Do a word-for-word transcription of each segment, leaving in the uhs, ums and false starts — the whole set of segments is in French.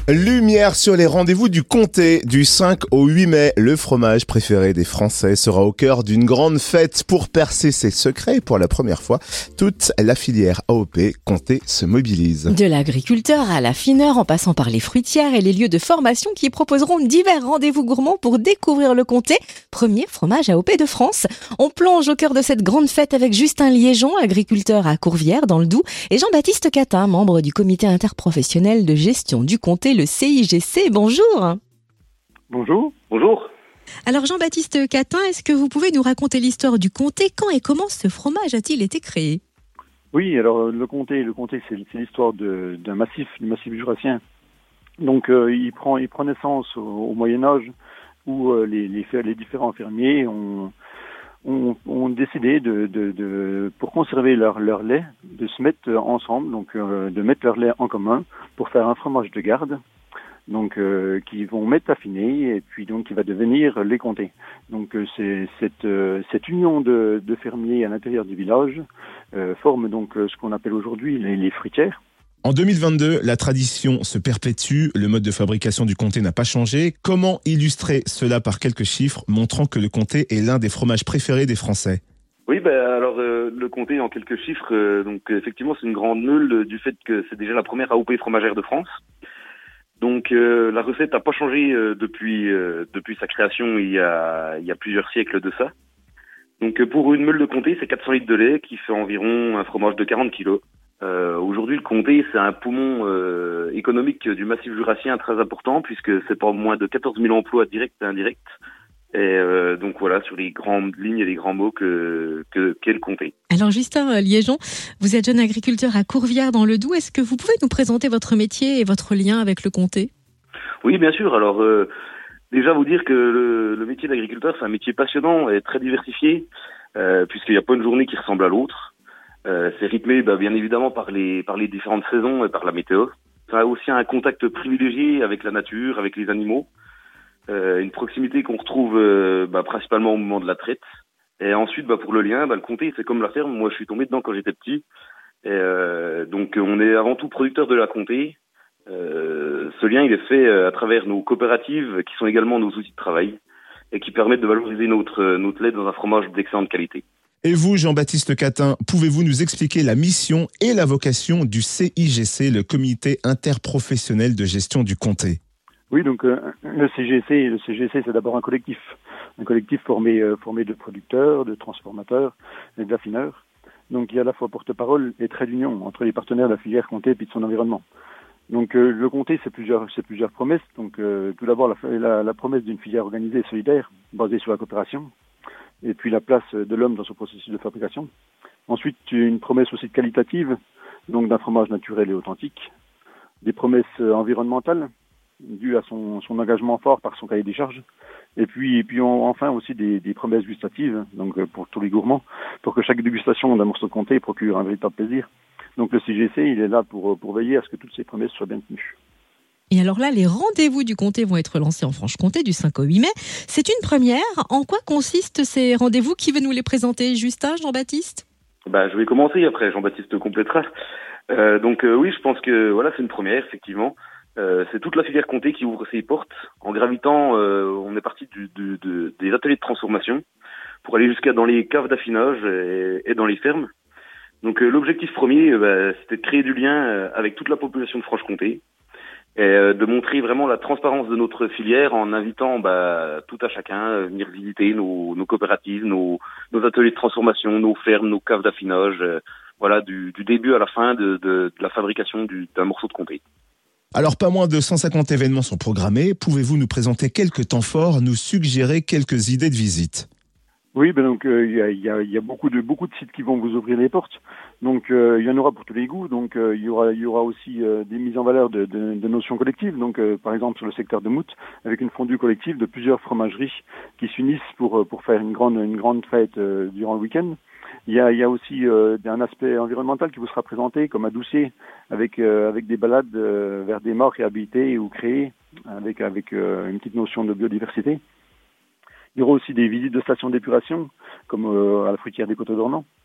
Lumière sur les rendez-vous du Comté du cinq au huit mai. Le fromage préféré des Français sera au cœur d'une grande fête. Pour percer ses secrets, pour la première fois, toute la filière A O P Comté se mobilise. De l'agriculteur à l'affineur, en passant par les fruitières et les lieux de formation qui proposeront divers rendez-vous gourmands pour découvrir le Comté, premier fromage A O P de France. On plonge au cœur de cette grande fête avec Justin Liégeon, agriculteur à Courvières dans le Doubs, et Jean-Baptiste Catin, membre du comité interprofessionnel de gestion du Comté, le C I G C. Bonjour. Bonjour. Bonjour. Alors Jean-Baptiste Catin, est-ce que vous pouvez nous raconter l'histoire du Comté? Quand et comment ce fromage a-t-il été créé? Oui, alors le Comté, le Comté, c'est, c'est l'histoire de, d'un massif, du massif jurassien. Donc euh, il prend, il prend naissance au, au Moyen Âge, où euh, les, les, les différents fermiers ont, ont, ont décidé de, de, de, pour conserver leur, leur lait, de se mettre ensemble, donc euh, de mettre leur lait en commun pour faire un fromage de garde. Donc euh, qui vont mettre affiné et puis donc qui va devenir les comtés. Donc euh, c'est cette euh, cette union de, de fermiers à l'intérieur du village euh, forme donc euh, ce qu'on appelle aujourd'hui les, les fruitières. En deux mille vingt-deux, la tradition se perpétue, le mode de fabrication du comté n'a pas changé. Comment illustrer cela par quelques chiffres montrant que le comté est l'un des fromages préférés des Français? Oui, ben alors euh, le comté en quelques chiffres, euh, donc effectivement c'est une grande meule euh, du fait que c'est déjà la première A O P fromagère de France. Donc euh, la recette n'a pas changé euh, depuis euh, depuis sa création il y a il y a plusieurs siècles de ça. Donc euh, pour une meule de comté, c'est quatre cents litres de lait qui fait environ un fromage de quarante kilos. Euh, aujourd'hui, le comté, c'est un poumon euh, économique du massif jurassien très important puisque c'est pas moins de quatorze mille emplois directs et indirects. Et euh, donc voilà, sur les grandes lignes et les grands mots que, que qu'est le comté. Alors Justin Liégeon, vous êtes jeune agriculteur à Courvières dans le Doubs. Est-ce que vous pouvez nous présenter votre métier et votre lien avec le comté? Oui, bien sûr. Alors euh, déjà vous dire que le, le métier d'agriculteur, c'est un métier passionnant et très diversifié, euh, puisqu'il n'y a pas une journée qui ressemble à l'autre. Euh, c'est rythmé bah, bien évidemment par les par les différentes saisons et par la météo. Ça a aussi un contact privilégié avec la nature, avec les animaux. Euh, une proximité qu'on retrouve euh, bah, principalement au moment de la traite. Et ensuite, bah, pour le lien, bah, le comté, c'est comme la ferme. Moi, je suis tombé dedans quand j'étais petit. Et euh, donc, on est avant tout producteur de la comté. Euh, ce lien, il est fait à travers nos coopératives, qui sont également nos outils de travail, et qui permettent de valoriser notre, notre lait dans un fromage d'excellente qualité. Et vous, Jean-Baptiste Catin, pouvez-vous nous expliquer la mission et la vocation du C I G C, le comité interprofessionnel de gestion du comté? Oui, donc euh, le C G C, le C G C, c'est d'abord un collectif, un collectif formé euh, formé de producteurs, de transformateurs et d'affineurs. Donc il y a à la fois porte-parole et trait d'union entre les partenaires de la filière comté et puis de son environnement. Donc euh, le comté, c'est plusieurs, c'est plusieurs promesses. Donc euh, tout d'abord la, la, la promesse d'une filière organisée et solidaire, basée sur la coopération, et puis la place de l'homme dans son processus de fabrication. Ensuite, une promesse aussi qualitative, donc d'un fromage naturel et authentique. Des promesses environnementales, dû à son, son engagement fort par son cahier des charges. Et puis, et puis on, enfin aussi des, des promesses gustatives, donc pour tous les gourmands, pour que chaque dégustation d'un morceau de comté procure un véritable plaisir. Donc le C G C, il est là pour, pour veiller à ce que toutes ces promesses soient bien tenues. Et alors là, les rendez-vous du comté vont être lancés en Franche-Comté du cinq au huit mai. C'est une première. En quoi consistent ces rendez-vous? Qui veut nous les présenter? Justin, Jean-Baptiste? Bah, je vais commencer, après Jean-Baptiste complétera. Euh, donc euh, oui, je pense que voilà, c'est une première, effectivement. Euh, c'est toute la filière comté qui ouvre ses portes. En gravitant, euh, on est parti du, du, de, des ateliers de transformation pour aller jusqu'à dans les caves d'affinage et, et dans les fermes. Donc euh, l'objectif premier, euh, bah, c'était de créer du lien euh, avec toute la population de Franche-Comté et euh, de montrer vraiment la transparence de notre filière en invitant bah, tout à chacun à venir visiter nos, nos coopératives, nos, nos ateliers de transformation, nos fermes, nos caves d'affinage, euh, voilà, du, du début à la fin de, de, de la fabrication du, d'un morceau de comté. Alors, pas moins de cent cinquante événements sont programmés. Pouvez-vous nous présenter quelques temps forts, nous suggérer quelques idées de visite? Oui, ben donc il euh, y, a, y, a, y a beaucoup de beaucoup de sites qui vont vous ouvrir les portes. Donc il euh, y en aura pour tous les goûts. Donc il euh, y aura il y aura aussi euh, des mises en valeur de, de, de notions collectives. Donc euh, par exemple sur le secteur de Mout, avec une fondue collective de plusieurs fromageries qui s'unissent pour pour faire une grande une grande fête euh, durant le week-end. Il y a, il y a aussi euh, un aspect environnemental qui vous sera présenté, comme à Doucier, avec euh, avec des balades euh, vers des mares réhabilitées ou créées, avec avec euh, une petite notion de biodiversité. Il y aura aussi des visites de stations d'épuration, comme euh, à la fruitière des Côtes d'Ornans.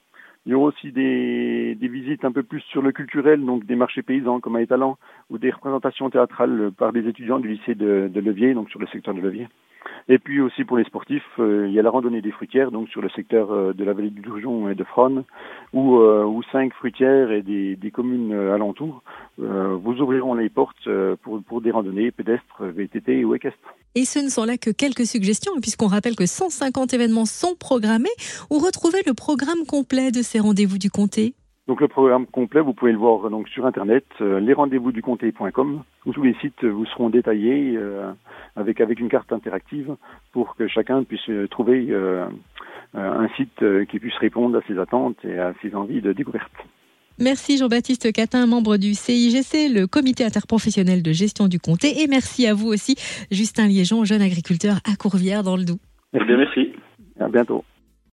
Il y aura aussi des, des visites un peu plus sur le culturel, donc des marchés paysans comme à Étalans, ou des représentations théâtrales par des étudiants du lycée de, de Levier, donc sur le secteur de Levier. Et puis aussi pour les sportifs, euh, il y a la randonnée des fruitières, donc sur le secteur euh, de la vallée du Dourgeon et de Fronne, où, euh, où cinq fruitières et des, des communes euh, alentours euh, vous ouvriront les portes euh, pour, pour des randonnées pédestres, V T T ou équestres. Et ce ne sont là que quelques suggestions, puisqu'on rappelle que cent cinquante événements sont programmés. Où retrouver le programme complet de ces rendez-vous du comté ? Donc le programme complet, vous pouvez le voir donc sur internet, euh, les rendez vous du comté point com, où tous les sites vous seront détaillés euh, avec avec une carte interactive pour que chacun puisse trouver euh, un site euh, qui puisse répondre à ses attentes et à ses envies de découverte. Merci Jean-Baptiste Catin, membre du C I G C, le comité interprofessionnel de gestion du comté, et merci à vous aussi, Justin Liégeon, jeune agriculteur à Courvières dans le Doubs. Merci. Bien, merci. À bientôt.